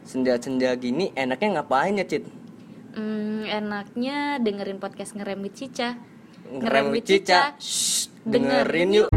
senja-senja gini enaknya ngapain ya, Cit? Enaknya dengerin podcast Ngerem with Cica. Ngerem with Cica. Shh, dengerin yuk.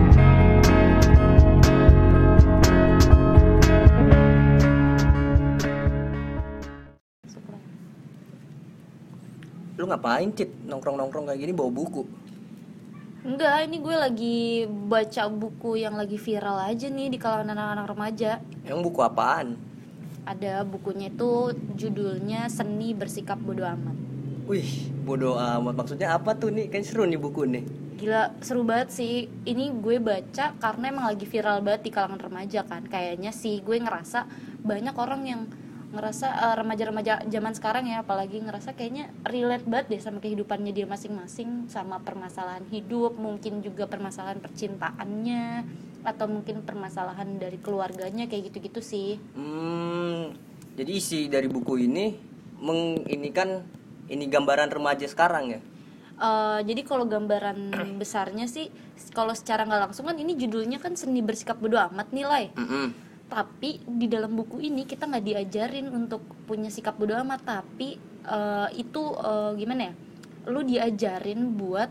Lu ngapain, Cit? Nongkrong-nongkrong kayak gini bawa buku? Enggak, ini gue lagi baca buku yang lagi viral aja nih di kalangan anak-anak remaja. Emang buku apaan? Ada bukunya itu judulnya Seni Bersikap Bodo Amat. Wih, bodo amat. Maksudnya apa tuh nih? Kayaknya seru nih buku nih. Gila, seru banget sih. Ini gue baca karena emang lagi viral banget di kalangan remaja kan. Kayaknya sih gue ngerasa banyak orang yang ngerasa remaja-remaja zaman sekarang ya, apalagi ngerasa kayaknya relate banget deh sama kehidupannya dia masing-masing, sama permasalahan hidup, mungkin juga permasalahan percintaannya, atau mungkin permasalahan dari keluarganya, kayak gitu-gitu sih. Jadi isi dari buku ini ini gambaran remaja sekarang ya. Jadi kalau gambaran besarnya sih, kalau secara nggak langsung kan ini judulnya kan Seni Bersikap Bodo Amat nilai. Tapi di dalam buku ini kita nggak diajarin untuk punya sikap bodo amat, tapi gimana ya? Lu diajarin buat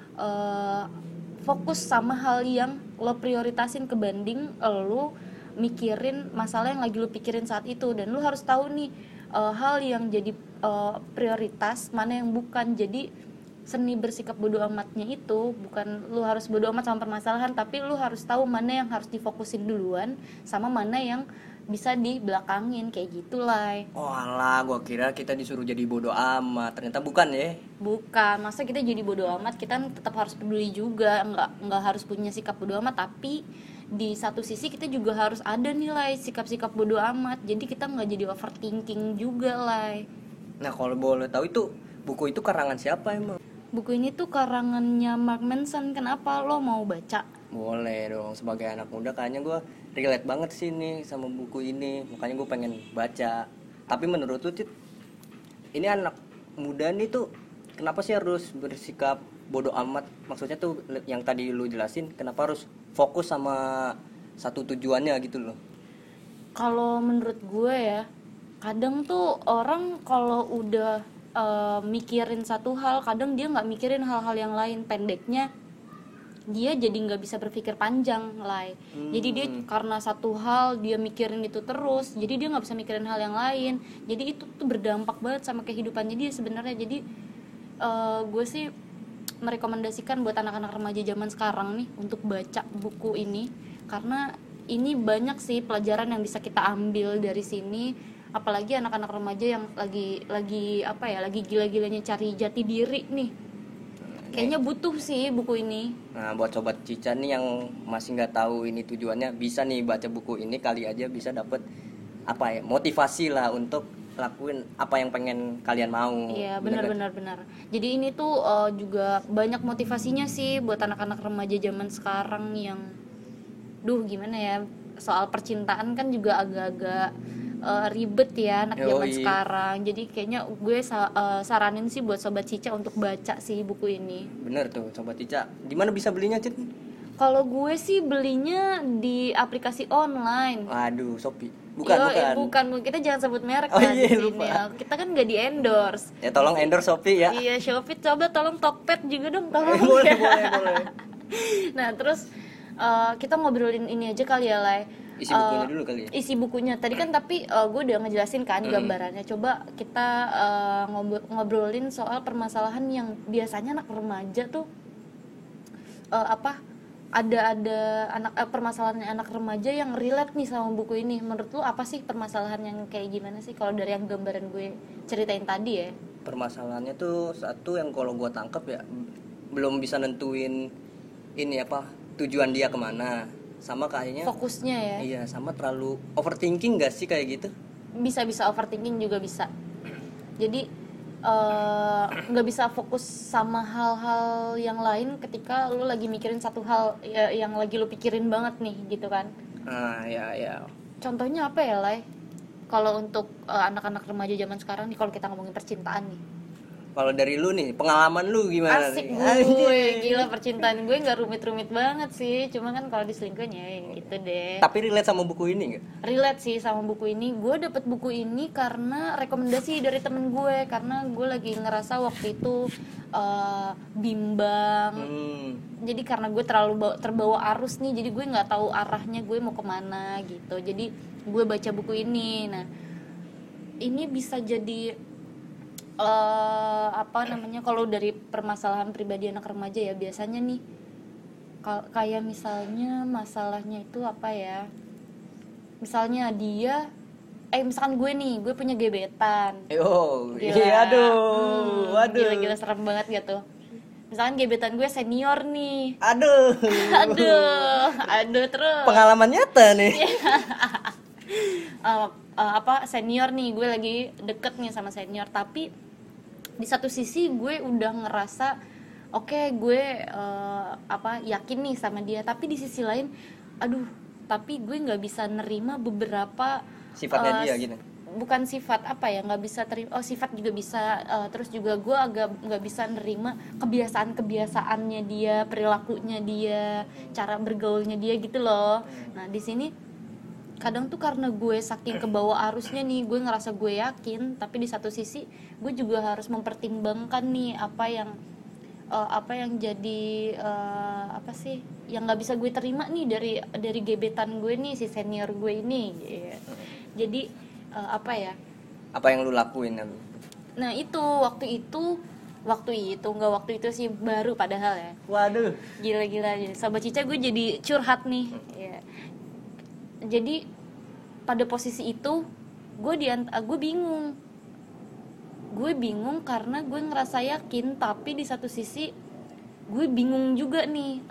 fokus sama hal yang lo prioritasin kebanding lo mikirin masalah yang lagi lo pikirin saat itu, dan lo harus tahu nih hal yang jadi prioritas, mana yang bukan. Jadi seni bersikap bodo amatnya itu bukan lu harus bodo amat sama permasalahan, tapi lu harus tahu mana yang harus difokusin duluan sama mana yang bisa dibelakangin, kayak gitulah. Oh alah, gua kira kita disuruh jadi bodo amat. Ternyata bukan ya. Bukan, masa kita jadi bodo amat, kita tetap harus peduli juga, nggak harus punya sikap bodo amat, tapi di satu sisi kita juga harus ada nilai sikap-sikap bodo amat, jadi kita nggak jadi overthinking juga lah. Nah kalau boleh tahu itu buku itu karangan siapa emang? Buku ini tuh karangannya Mark Manson. Kenapa lo mau baca? Boleh dong, sebagai anak muda kayaknya gue relate banget sih nih sama buku ini, makanya gue pengen baca. Tapi menurut lu, Cit, ini anak muda nih tuh kenapa sih harus bersikap bodo amat? Maksudnya tuh yang tadi lu jelasin, kenapa harus fokus sama satu tujuannya gitu loh? Kalau menurut gue ya, kadang tuh orang kalau udah mikirin satu hal, kadang dia nggak mikirin hal-hal yang lain. Pendeknya dia jadi nggak bisa berpikir panjang lah. Jadi dia karena satu hal dia mikirin itu terus, jadi dia nggak bisa mikirin hal yang lain. Jadi itu tuh berdampak banget sama kehidupannya dia sebenarnya. Jadi gue sih merekomendasikan buat anak-anak remaja zaman sekarang nih untuk baca buku ini, karena ini banyak sih pelajaran yang bisa kita ambil dari sini. Apalagi anak-anak remaja yang lagi gila-gilanya cari jati diri nih, kayaknya butuh sih buku ini. Nah buat sobat Cica nih yang masih nggak tahu ini tujuannya, bisa nih baca buku ini, kali aja bisa dapet motivasi lah untuk lakuin apa yang pengen kalian mau. Iya benar. Jadi ini tuh juga banyak motivasinya sih buat anak-anak remaja zaman sekarang yang gimana ya, soal percintaan kan juga agak-agak ribet ya anak zaman sekarang. Jadi kayaknya gue saranin sih buat sobat Cica untuk baca sih buku ini. Bener tuh sobat Cica. Di mana bisa belinya, Cit? Kalau gue sih belinya di aplikasi online. Waduh, Shopee. Bukan. Kita jangan sebut merek di sini. Lupa. Kita kan nggak di endorse. Ya tolong endorse Shopee ya. Iya, Shopee, coba tolong Tokped juga dong, tolong. Boleh. Nah, terus kita ngobrolin ini aja kali ya, Lai. Isi bukunya dulu kali ya. Isi bukunya tadi kan, tapi gue udah ngejelasin kan gambarannya. Coba kita ngobrolin soal permasalahan yang biasanya anak remaja tuh ada permasalahan anak remaja yang relate nih sama buku ini. Menurut lu apa sih permasalahan yang kayak gimana sih kalau dari yang gambaran gue ceritain tadi ya? Permasalahannya tuh satu yang kalau gue tangkep ya, belum bisa nentuin tujuan dia kemana, sama kayaknya fokusnya ya. Iya, sama terlalu overthinking gak sih kayak gitu? Bisa overthinking juga bisa. Jadi nggak bisa fokus sama hal-hal yang lain ketika lu lagi mikirin satu hal yang lagi lu pikirin banget nih gitu kan. Ya. Contohnya apa ya, Lai? Kalau untuk anak-anak remaja zaman sekarang nih, kalau kita ngomongin percintaan nih. Kalau dari lu nih, pengalaman lu gimana Asik nih? gue, gila percintaan gue nggak rumit-rumit banget sih. Cuma kan kalau diselingkuhin ya gitu deh. Tapi relate sama buku ini nggak? Relate sih sama buku ini. Gue dapet buku ini karena rekomendasi dari temen gue. Karena gue lagi ngerasa waktu itu bimbang. Jadi karena gue terlalu terbawa arus nih, jadi gue nggak tahu arahnya gue mau kemana gitu. Jadi gue baca buku ini. Nah, ini bisa jadi apa namanya, kalau dari permasalahan pribadi anak remaja ya biasanya nih kayak misalnya masalahnya itu apa ya, misalnya dia misalkan gue punya gebetan. Iya, aduh, waduh. Gila serem banget gitu. Misalkan gebetan gue senior nih. Aduh. aduh terus Pengalaman nyata nih. Senior nih, gue lagi deket nih sama senior, tapi di satu sisi gue udah ngerasa oke, gue yakin nih sama dia, tapi di sisi lain tapi gue nggak bisa nerima beberapa sifatnya dia gitu. Bukan sifat nggak bisa terima, sifat juga bisa, terus juga gue agak nggak bisa nerima kebiasaan-kebiasaannya dia, perilakunya dia, cara bergaulnya dia gitu loh. Nah di sini kadang tuh karena gue saking kebawa arusnya nih, gue ngerasa gue yakin, tapi di satu sisi gue juga harus mempertimbangkan nih apa yang jadi yang nggak bisa gue terima nih dari gebetan gue nih, si senior gue ini. Jadi apa yang lu lakuin? Nah itu waktu itu sih baru padahal ya. Waduh, Gila Sobat Cica, gue jadi curhat nih. Jadi pada posisi itu gue bingung karena gue ngerasa yakin, tapi di satu sisi gue bingung juga nih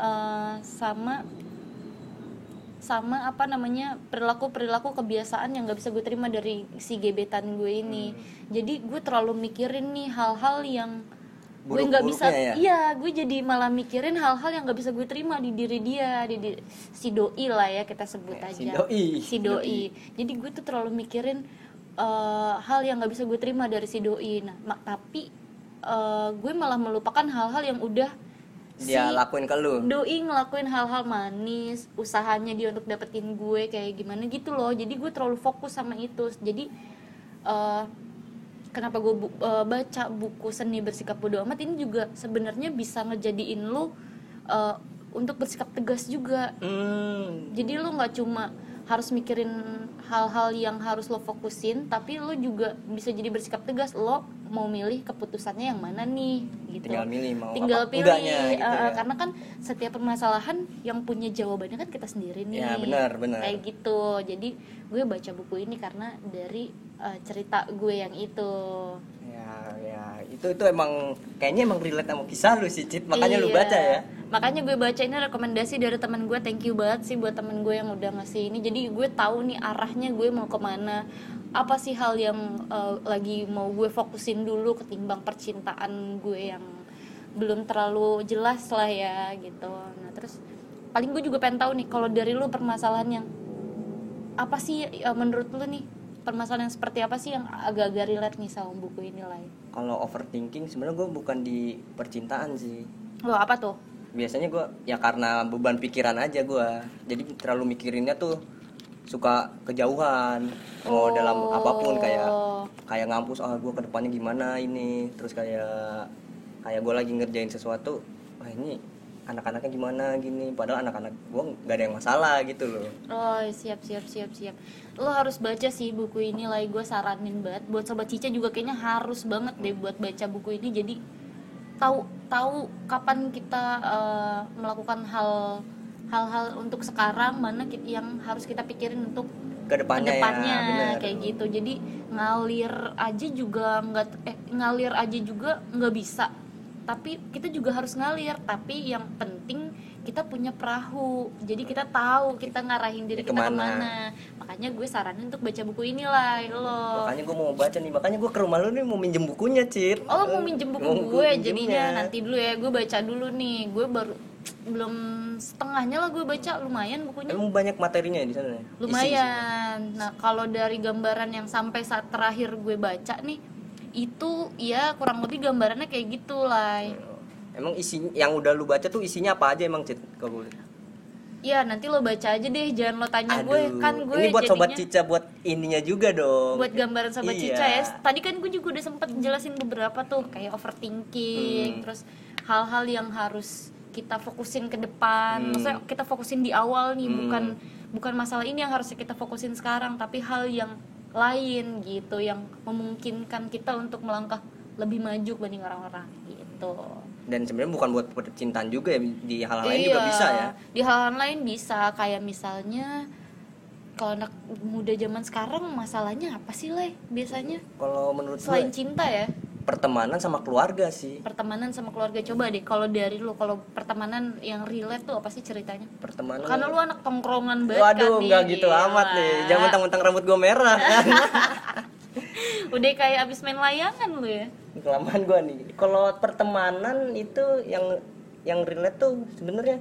sama perilaku kebiasaan yang nggak bisa gue terima dari si gebetan gue ini. Jadi gue terlalu mikirin nih hal-hal yang gue nggak bisa, gue jadi malah mikirin hal-hal yang nggak bisa gue terima di diri dia, si doi lah ya kita sebut aja, si doi. Jadi gue tuh terlalu mikirin hal yang nggak bisa gue terima dari si doi. Nah tapi gue malah melupakan hal-hal yang udah dia lakuin ke lu. Doi ngelakuin hal-hal manis, usahanya dia untuk dapetin gue kayak gimana gitu loh. Jadi gue terlalu fokus sama itu. Jadi kenapa gue baca buku Seni Bersikap Bodo Amat ini juga sebenarnya bisa ngejadiin lu untuk bersikap tegas juga. Jadi lu nggak cuma harus mikirin hal-hal yang harus lo fokusin, tapi lo juga bisa jadi bersikap tegas. Lo mau milih keputusannya yang mana nih gitu. Tinggal pilih gitu ya. Karena kan setiap permasalahan yang punya jawabannya kan kita sendiri nih. Ya benar. Kayak gitu. Jadi gue baca buku ini karena dari cerita gue yang itu. Ya itu emang kayaknya relate sama kisah lu sih, Cit. Makanya lu baca ya. Makanya gue baca, ini rekomendasi dari teman gue. Thank you banget sih buat teman gue yang udah ngasih ini. Jadi gue tahu nih arahnya gue mau kemana. Apa sih hal yang lagi mau gue fokusin dulu ketimbang percintaan gue yang belum terlalu jelas lah ya gitu. Nah terus paling gue juga pengen tahu nih, kalau dari lu permasalahan yang apa sih menurut lu nih, permasalahan yang seperti apa sih yang agak-agak relate nih sama buku ini lah? Kalau overthinking sebenarnya gue bukan di percintaan sih. Loh apa tuh? Biasanya gue ya karena beban pikiran aja gue, jadi terlalu mikirinnya tuh suka kejauhan. Mau dalam apapun, kayak ngampus, gue kedepannya gimana ini, terus kayak gue lagi ngerjain sesuatu, ini anak-anaknya gimana gini, padahal anak-anak gue nggak ada yang masalah gitu loh. Siap. Lo harus baca sih buku ini lah, gue saranin banget buat Sobat Cica juga, kayaknya harus banget deh buat baca buku ini. Jadi tahu kapan kita melakukan hal-hal untuk sekarang, mana yang harus kita pikirin untuk kedepannya ya, kayak gitu. Jadi ngalir aja juga nggak bisa, tapi kita juga harus ngalir. Tapi yang penting kita punya perahu, jadi kita tahu kita ngarahin diri kita kemana. Makanya gue saranin untuk baca buku ini lah lo. Makanya gue mau baca nih, makanya gue ke rumah lu nih mau minjem bukunya, Cit. Mau minjem buku gue jadinya. Nanti dulu ya, gue baca dulu nih. Gue baru belum setengahnya lah gue baca, lumayan bukunya. Emang banyak materinya di sana? Lumayan. Nah kalau dari gambaran yang sampai saat terakhir gue baca nih, Itu ya kurang lebih gambarannya kayak gitu lah. Emang isi yang udah lu baca tuh isinya apa aja emang, Cit? Kalau boleh. Ya nanti lo baca aja deh, jangan lo tanya gue. Aduh, Kan gue ini buat sobat jadinya Cica, buat ininya juga dong. buat gambaran sobat Iya. Cica ya. Tadi kan gue juga udah sempet jelasin beberapa tuh, kayak overthinking, terus hal-hal yang harus kita fokusin ke depan. Maksudnya kita fokusin di awal nih, bukan masalah ini yang harus kita fokusin sekarang, tapi hal yang lain gitu yang memungkinkan kita untuk melangkah lebih maju banding orang-orang gitu. Dan sebenarnya bukan buat percintaan juga ya, di hal-hal lain juga bisa ya. Di hal lain bisa, kayak misalnya kalau anak muda zaman sekarang masalahnya apa sih, Le? Biasanya Kalau menurut selain gue cinta ya, pertemanan sama keluarga sih. pertemanan sama keluarga. Coba deh kalau dari lu, kalau pertemanan yang relate tuh apa sih ceritanya? Pertemanan. Karena lu anak tongkrongan banget kan Waduh, nih. nggak gitu Gila. amat nih. Jangan mentang-mentang rambut gue merah kan. Udah kayak abis main layangan lu ya. Kelamaan gue nih. Kalau pertemanan itu yang relate tuh sebenarnya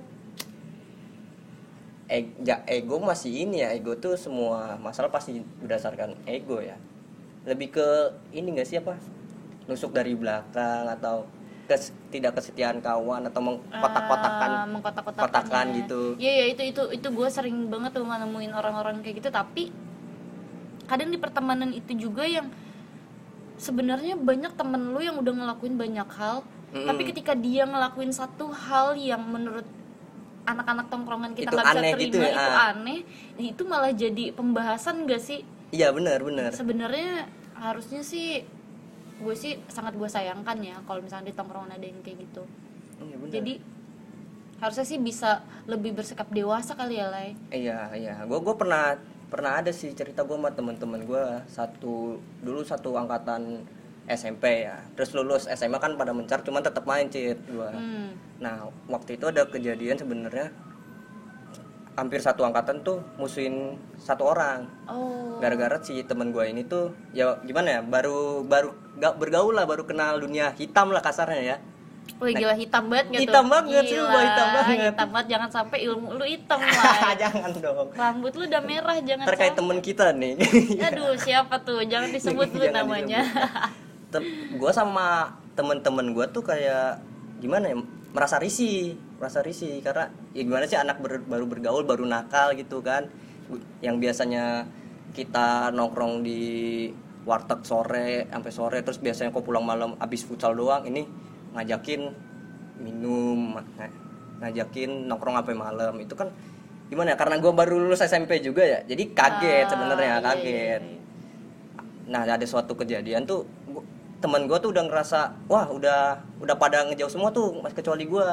ego masih ini ya. Ego tuh semua masalah pasti berdasarkan ego ya. Lebih ke ini nggak sih apa? Nusuk dari belakang atau tidak kesetiaan kawan atau mengkotak-kotakan gitu. Iya itu gue sering banget tuh nemuin orang-orang kayak gitu. Tapi kadang di pertemanan itu juga yang sebenarnya banyak temen lu yang udah ngelakuin banyak hal, tapi ketika dia ngelakuin satu hal yang menurut anak-anak tongkrongan kita nggak bisa terima, gitu ya? Itu aneh, itu malah jadi pembahasan gak sih? Iya benar. Sebenarnya harusnya sih gue sih sangat gue sayangkan ya kalau misalnya di tongkrongan ada yang kayak gitu. Iya, benar. Jadi harusnya sih bisa lebih bersikap dewasa kali ya, Lai. Iya. Gue pernah ada sih cerita gue sama teman-teman gue dulu satu angkatan SMP ya. Terus lulus SMA kan pada mencar, cuman tetap main Cit gue. Nah waktu itu ada kejadian sebenarnya hampir satu angkatan tuh musuhin satu orang. Gara-gara si teman gue ini tuh ya gimana ya, baru bergaul lah, baru kenal dunia hitam lah kasarnya ya. Wih gila, hitam banget gitu. Hitam banget sih, Gila, hitam banget. Hitam banget, jangan sampai ilmu lu hitam lah. Jangan dong. Rambut lu udah merah, jangan Terkait sampai. temen kita nih. Aduh, siapa tuh? Jangan disebut dulu Jangan namanya. Gue sama temen-temen gue tuh kayak gimana ya, merasa risih karena ya gimana sih, anak baru bergaul, baru nakal gitu kan, yang biasanya kita nongkrong di warteg sampai sore, terus biasanya kok pulang malam abis futsal doang, ini ngajakin minum, ngajakin nongkrong sampai malam. Itu kan gimana ya, karena gue baru lulus SMP juga ya, jadi kaget sebenarnya. Iya. Nah ada suatu kejadian tuh, teman gue tuh udah ngerasa wah udah pada ngejauh semua tuh, kecuali gue.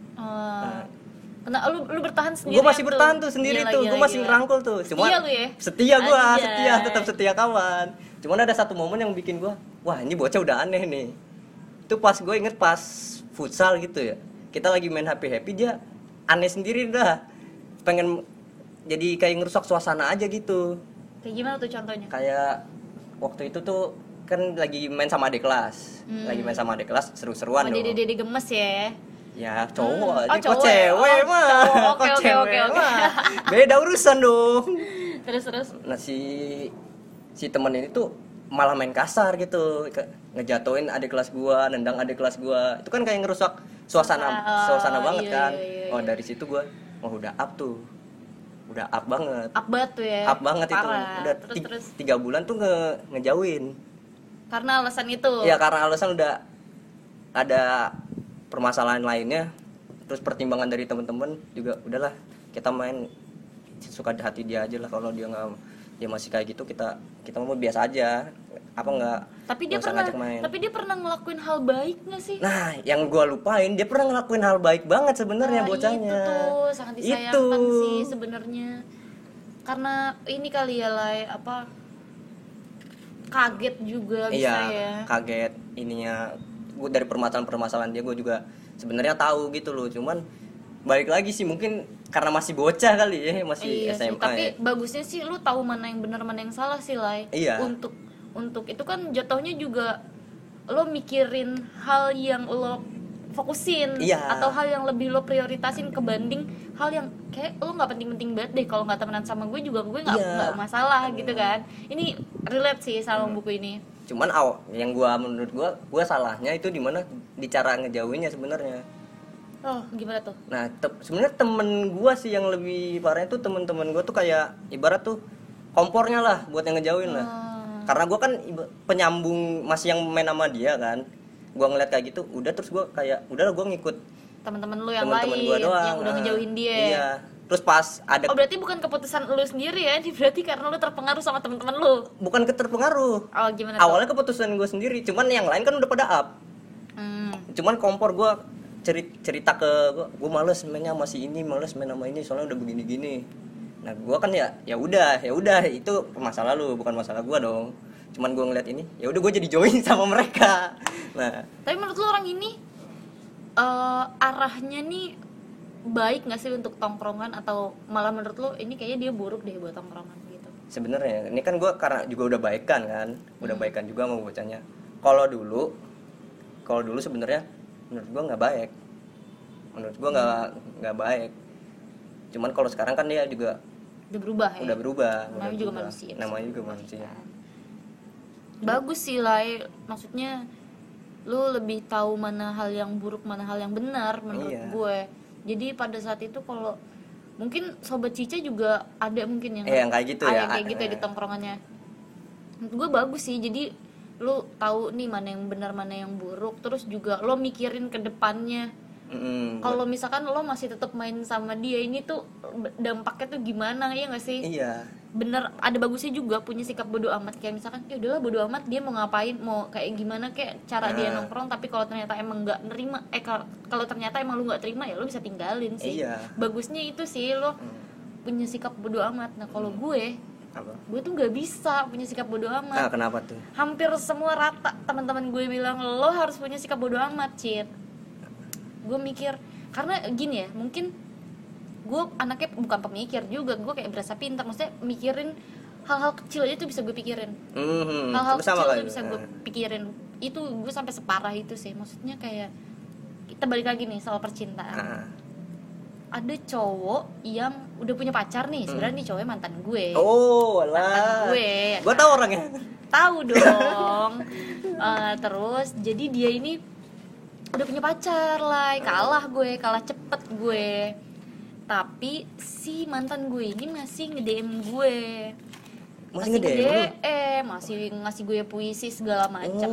Kena lu bertahan sendiri. Gue masih bertahan tuh sendiri tuh, gue masih ngerangkul tuh. Cuma setia lu ya? Setia, tetap setia kawan. Cuman ada satu momen yang bikin gue, wah ini bocah udah aneh nih. Itu pas gue inget pas futsal gitu ya, kita lagi main happy dia aneh sendiri dah, pengen jadi kayak ngerusak suasana aja gitu. Kayak gimana tuh contohnya? Kayak waktu itu tuh kan lagi main sama adik kelas, seru-seruan dong. Dede gemes ya? Ya cowok, kok cowok. cewek mah. Oke. Beda urusan dong. Terus. Nah si temen ini tuh malah main kasar gitu, ngejatuhin adik kelas gua, nendang adik kelas gua. Itu kan kayak ngerusak suasana banget kan. Iya. Oh dari situ gua, udah up banget. Up banget tuh ya. Up banget. Parah. Itu. Udah terus 3 bulan tuh ngejauhin. Karena alasan itu. Iya, karena alasan udah ada permasalahan lainnya. Terus pertimbangan dari teman-teman juga, udahlah kita main suka hati dia aja lah. Kalau dia masih kayak gitu, kita mau biasa aja, apa enggak. Tapi dia pernah ngelakuin hal baik nggak sih? Nah yang gue lupain, dia pernah ngelakuin hal baik banget sebenarnya bocahnya. Itu tuh sangat disayangkan sih sebenarnya, karena ini kali ya Lai, kaget juga bisa ya. Kaget ininya. Gue dari permasalahan dia, gue juga sebenarnya tahu gitu loh, cuman balik lagi sih mungkin karena masih bocah kali ya, masih SMA sih, tapi ya. bagusnya sih lu tahu mana yang benar mana yang salah sih Lai. Iya. Untuk itu kan jatuhnya juga lo mikirin hal yang lo fokusin, atau hal yang lebih lo prioritasin kebanding hal yang kayak lo nggak penting-penting banget deh, kalau nggak temenan sama gue juga gue nggak masalah gitu kan. Ini relate sih sama buku ini. Cuman yang menurut gua salahnya itu di mana di cara ngejauhinnya sebenarnya. Oh, gimana tuh? Nah, sebenarnya temen gua sih yang lebih parahnya tuh temen-temen gua tuh kayak ibarat tuh kompornya lah buat yang ngejauhin lah. Karena gua kan penyambung masih yang main sama dia kan. Gua ngeliat kayak gitu, udah terus gua kayak udahlah gua ngikut Teman-teman lu yang temen-temen lain gua doang. yang udah ngejauhin dia. Iya. Terus pas ada Oh, berarti bukan keputusan lu sendiri ya, ini berarti karena lu terpengaruh sama teman-teman lu. bukan keterpengaruh. Oh, gimana tuh? Awalnya keputusan gua sendiri, cuman yang lain kan udah pada up. Cuman kompor gua cerita ke gue males mainnya masih ini, males main sama ini soalnya udah begini-gini. Nah gue kan ya udah itu masalah lu, bukan masalah gue dong. Cuman gue ngeliat ini ya udah gue jadi join sama mereka. Nah Tapi menurut lu orang ini arahnya nih baik nggak sih untuk tongkrongan, atau malah menurut lu ini kayaknya dia buruk deh buat tongkrongan gitu? sebenarnya ini kan gue karena juga udah baikan kan, udah baikan juga sama bocahnya. Kalau dulu sebenarnya menurut gue nggak baik, nggak baik. Cuman kalau sekarang kan dia juga Udah berubah ya? udah berubah. Namanya juga manusia. Namanya juga manusia. Bagus sih Lai, maksudnya lu lebih tahu mana hal yang buruk, mana hal yang benar menurut Iya. gue. Jadi pada saat itu kalau mungkin sobat Cica juga ada mungkin yang yang kayak gitu ya. yang kayak gitu ya di tongkrongannya. Menurut gue bagus sih, jadi lu tahu nih mana yang benar mana yang buruk, terus juga lo mikirin ke depannya. Kalau misalkan lo masih tetap main sama dia, ini tuh dampaknya tuh gimana, ya nggak sih? Iya. Bener, ada bagusnya juga punya sikap bodo amat, kayak misalkan ya udahlah bodo amat dia mau ngapain, mau kayak gimana kayak cara dia nongkrong, tapi kalau ternyata emang nggak nerima, kalau ternyata emang lu nggak terima ya lu bisa tinggalin sih. Iya. Bagusnya itu sih lo punya sikap bodo amat. Nah kalau gue tuh nggak bisa punya sikap bodo amat. Kenapa tuh? Hampir semua rata teman-teman gue bilang lo harus punya sikap bodo amat, Cit. Gue mikir karena gini ya, mungkin gue anaknya bukan pemikir juga, gue kayak berasa pintar, maksudnya mikirin hal-hal kecil aja tuh bisa gue pikirin. Hal-hal kecil tuh bisa gue pikirin. Itu gue sampai separah itu sih, maksudnya kayak kita balik lagi nih soal percintaan. Ada cowok yang udah punya pacar nih, sebenarnya nih cowoknya mantan gue. Oh lah. Mantan gue. Gue tahu orangnya. Tahu dong. Terus jadi dia ini udah punya pacar lah, kalah cepet gue. Tapi si mantan gue ini masih nge-DM gue. Masih nge-DM, masih ngasih gue puisi segala macam.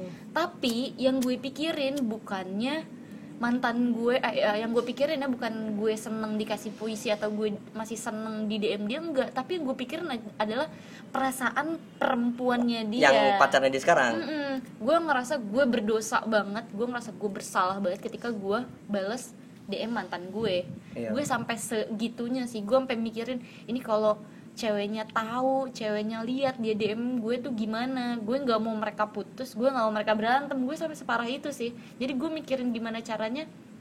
Tapi yang gue pikirin bukannya mantan gue, yang gue pikirin ya bukan gue seneng dikasih puisi atau gue masih seneng di DM dia, enggak. Tapi yang gue pikirin adalah perasaan perempuannya dia. Yang pacarnya dia sekarang. Gue ngerasa gue berdosa banget, gue ngerasa gue bersalah banget ketika gue bales DM mantan gue. Iya. Gue sampai segitunya sih, gue sampai mikirin ini kalau ceweknya tahu, ceweknya lihat dia DM gue tuh gimana. Gue nggak mau mereka putus, gue nggak mau mereka berantem. Gue sampai separah itu sih. Jadi gue mikirin gimana caranya.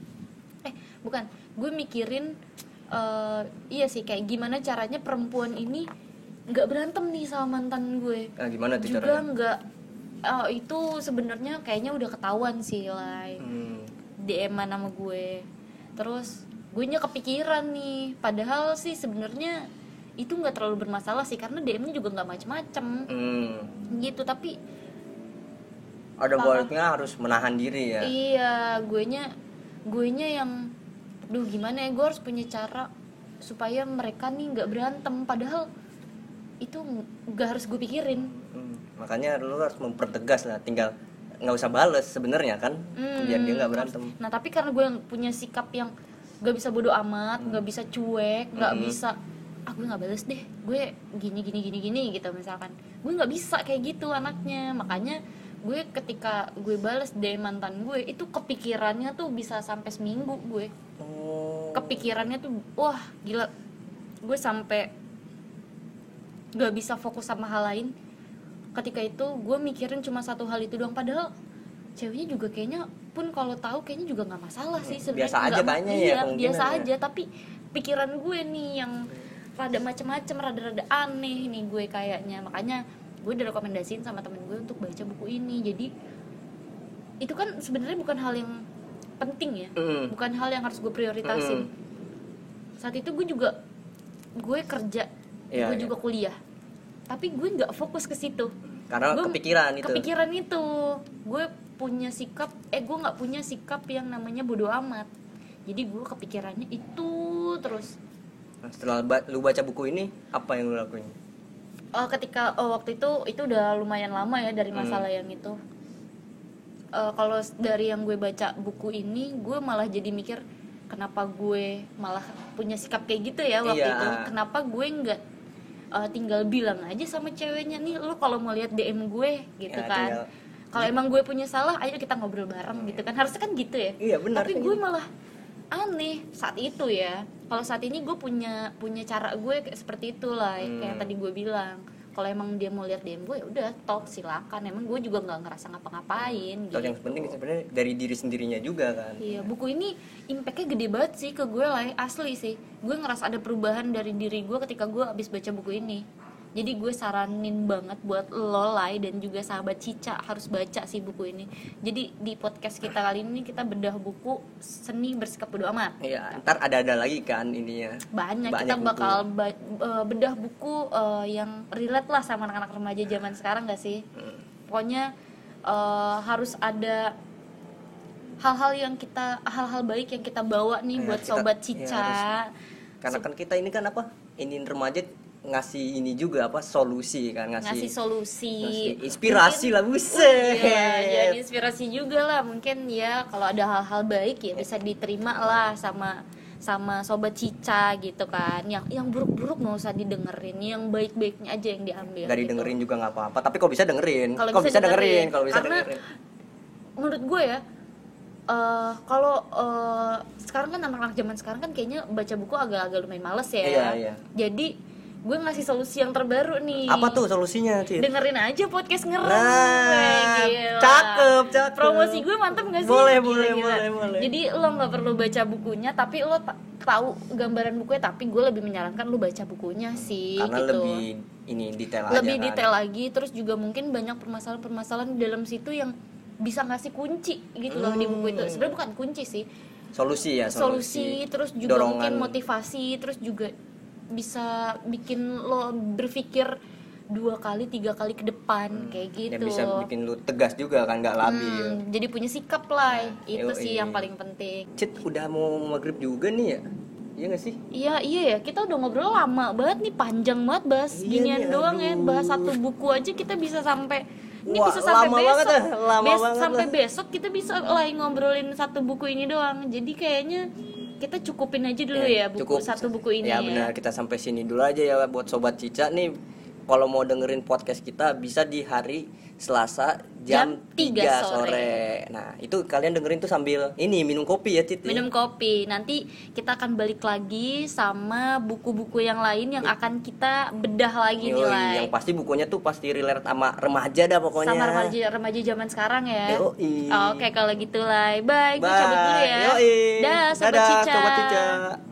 Gue mikirin iya sih, kayak gimana caranya perempuan ini nggak berantem nih sama mantan gue. Gimana tuh juga caranya? nggak. Itu sebenarnya kayaknya udah ketahuan sih lah. DM-an sama gue. Terus gue nya kepikiran nih, padahal sih sebenarnya itu nggak terlalu bermasalah sih karena DM-nya juga nggak macem-macem gitu, tapi ada baiknya harus menahan diri ya. Iya, gue nya yang gimana ya, gue harus punya cara supaya mereka nih nggak berantem, padahal itu nggak harus gue pikirin. Makanya lu harus mempertegas lah, tinggal nggak usah bales sebenarnya kan, biar dia nggak berantem. Nah tapi karena gue yang punya sikap yang nggak bisa bodo amat, nggak bisa cuek, nggak bisa gue nggak bales deh, gue gini gitu misalkan, gue nggak bisa kayak gitu anaknya. Makanya gue ketika gue bales DM mantan gue itu kepikirannya tuh bisa sampai seminggu gue. Kepikirannya tuh wah gila, gue sampai nggak bisa fokus sama hal lain. Ketika itu gue mikirin cuma satu hal itu doang, padahal ceweknya juga kayaknya pun kalau tahu kayaknya juga nggak masalah sih sebenarnya. Biasa aja kayaknya ya, biasa aja, tapi pikiran gue nih yang rada macem-macem, rada aneh nih gue kayaknya. Makanya gue udah rekomendasiin sama temen gue untuk baca buku ini. Jadi itu kan sebenarnya bukan hal yang penting ya, bukan hal yang harus gue prioritasin. Saat itu gue kerja, gue juga kuliah, tapi gue nggak fokus ke situ. Karena kepikiran itu. Gue punya sikap gue nggak punya sikap yang namanya bodo amat. Jadi gue kepikirannya itu terus. Nah, setelah lu baca buku ini, apa yang lu lakuin? Ketika waktu itu udah lumayan lama ya dari masalah yang itu. Kalau dari yang gue baca buku ini, gue malah jadi mikir kenapa gue malah punya sikap kayak gitu ya waktu itu. Kenapa gue nggak tinggal bilang aja sama ceweknya, nih lu kalau mau lihat DM gue gitu ya, kan. Kalau emang gue punya salah, ayo kita ngobrol bareng gitu kan. Harusnya kan gitu ya. Iya, benar. Tapi gue malah aneh saat itu ya. Kalau saat ini gue punya cara gue kayak seperti itulah, kayak yang tadi gue bilang. Kalau emang dia mau lihat DM gue, ya udah talk, silakan. Emang gue juga nggak ngerasa ngapa-ngapain. Gitu. Yang penting sebenarnya dari diri sendirinya juga kan. Iya, buku ini impactnya gede banget sih ke gue lah, asli sih. Gue ngerasa ada perubahan dari diri gue ketika gue abis baca buku ini. Jadi gue saranin banget buat lo Lai dan juga sahabat Cica harus baca sih buku ini. Jadi di podcast kita kali ini kita bedah buku Seni Bersikap Bodo Amat. Iya, ntar ada lagi kan ininya. Banyak kita bakal bedah buku yang relate lah sama anak-anak remaja zaman sekarang gak sih? Pokoknya harus ada hal-hal baik yang kita bawa nih buat sobat Cica. Ya, karena kan kita ini kan ini remaja ngasih ini juga solusi kan, ngasih solusi, inspirasi mungkin, lah buset. Iya, jadi inspirasi juga lah mungkin ya, kalau ada hal-hal baik ya bisa diterima lah sama sobat Cica gitu kan. Yang buruk-buruk nggak usah didengerin, yang baik-baiknya aja yang diambil. Dari gitu. Dengerin juga nggak apa-apa, tapi kok bisa dengerin? Kalau bisa dengerin. Karena menurut gue ya, kalau sekarang kan anak-anak zaman sekarang kan kayaknya baca buku agak-agak lumayan males ya. Iya. Jadi gue ngasih solusi yang terbaru nih. Apa tuh solusinya, Cid? Dengerin aja podcast Ngerem. Nah, cakep. Promosi gue mantep gak sih? Boleh. Jadi lo gak perlu baca bukunya, tapi lo tahu gambaran bukunya, tapi gue lebih menyarankan lo baca bukunya sih. Karena gitu. lebih detail aja. Lebih detail lagi, terus juga mungkin banyak permasalahan-permasalahan di dalam situ yang bisa ngasih kunci gitu loh di buku itu. Sebenarnya bukan kunci sih. Solusi, terus juga dorongan. Mungkin motivasi, terus juga bisa bikin lo berpikir 2 kali 3 kali ke depan kayak gitu. Dan bisa bikin lo tegas juga kan, nggak labil. Jadi punya sikap lah. Itu sih yang paling penting. Cid, udah mau maghrib juga nih ya? Iya nggak sih? Iya ya, kita udah ngobrol lama banget nih, panjang banget bahas ginian doang ya. Bahas satu buku aja kita bisa sampai bisa sampai besok. Sampai besok kita bisa ngobrolin satu buku ini doang. Jadi kayaknya kita cukupin aja dulu ya satu buku ini ya. Benar, kita sampai sini dulu aja ya buat sobat Cica nih. Kalau mau dengerin podcast kita bisa di hari Selasa jam 3 sore. Nah, itu kalian dengerin tuh sambil minum kopi ya, Cid. Minum kopi. Nanti kita akan balik lagi sama buku-buku yang lain yang akan kita bedah lagi nih, Lai. Yang pasti bukunya tuh pasti relate sama remaja dah pokoknya. Sama remaja zaman sekarang ya. Yoi. Oke, kalau gitu, Lai. Bye. Gue cabut dulu ya. Yoi. Dah, Sobat Cica. Sobat Cica.